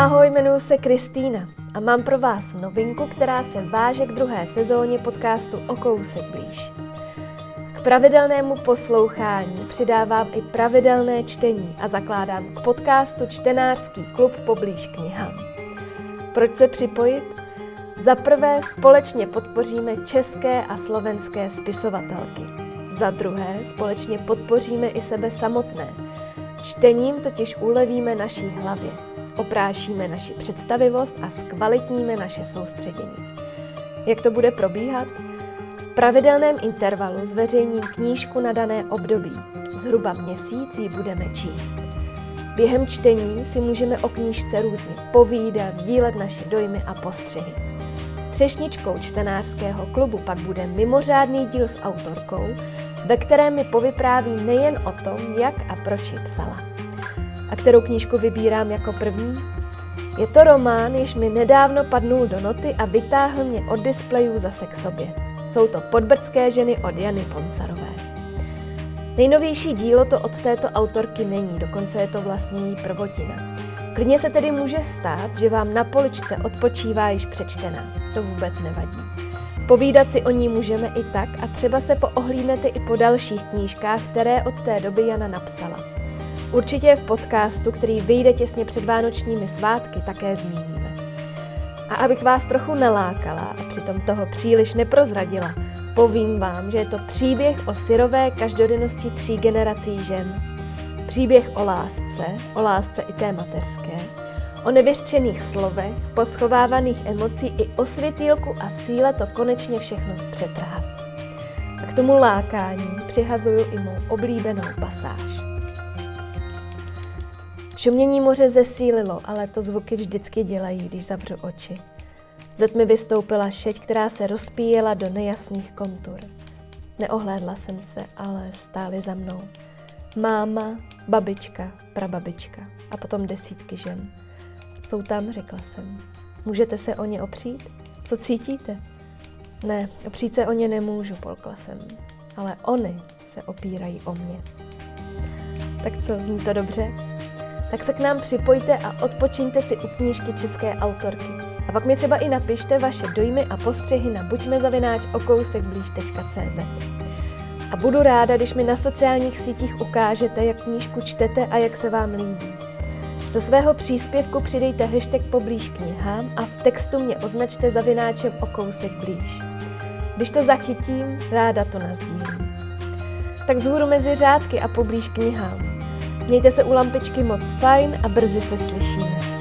Ahoj, jmenuji se Kristýna a mám pro vás novinku, která se váže k druhé sezóně podcastu O kousek blíž. K pravidelnému poslouchání přidávám i pravidelné čtení a zakládám k podcastu čtenářský klub Poblíž knihám. Proč se připojit? Za prvé společně podpoříme české a slovenské spisovatelky. Za druhé společně podpoříme i sebe samotné. Čtením totiž ulevíme naší hlavě. Oprášíme naši představivost a zkvalitníme naše soustředění. Jak to bude probíhat? V pravidelném intervalu zveřejním knížku na dané období. Zhruba měsíc ji budeme číst. Během čtení si můžeme o knížce různě povídat, sdílet naše dojmy a postřehy. Třešničkou čtenářského klubu pak bude mimořádný díl s autorkou, ve kterém mi povypráví nejen o tom, jak a proč ji psala. A kterou knížku vybírám jako první? Je to román, jež mi nedávno padnul do noty a vytáhl mě od displejů zase k sobě. Jsou to Podbrdské ženy od Jany Poncarové. Nejnovější dílo to od této autorky není, dokonce je to vlastně její prvotina. Klidně se tedy může stát, že vám na poličce odpočívá již přečtená. To vůbec nevadí. Povídat si o ní můžeme i tak a třeba se poohlídnete i po dalších knížkách, které od té doby Jana napsala. Určitě v podcastu, který vyjde těsně před vánočními svátky, také zmíníme. A abych vás trochu nalákala a přitom toho příliš neprozradila, povím vám, že je to příběh o syrové každodennosti 3 generací žen. Příběh o lásce i té mateřské, o nevyřčených slovech, poschovávaných emocí i o světýlku a síle to konečně všechno zpřetrhat. A k tomu lákání přihazuju i mou oblíbenou pasáž. Šumění moře zesílilo, ale to zvuky vždycky dělají, když zavřu oči. Ze tmy vystoupila šeť, která se rozpíjela do nejasných kontur. Neohlédla jsem se, ale stály za mnou. Máma, babička, prababička a potom desítky žen. Jsou tam, řekla jsem. Můžete se o ně opřít? Co cítíte? Ne, opřít se o ně nemůžu, polkla jsem. Ale oni se opírají o mě. Tak co, zní to dobře? Tak se k nám připojte a odpočiňte si u knížky české autorky. A pak mi třeba i napište vaše dojmy a postřehy na buďmezavinač.okousekblíž.cz. A budu ráda, když mi na sociálních sítích ukážete, jak knížku čtete a jak se vám líbí. Do svého příspěvku přidejte hashtag Poblíž knihám a v textu mě označte zavináčem O kousek blíž. Když to zachytím, ráda to nasdílím. Tak vzhůru mezi řádky a poblíž knihám. Mějte se u lampičky moc fajn a brzy se slyšíme.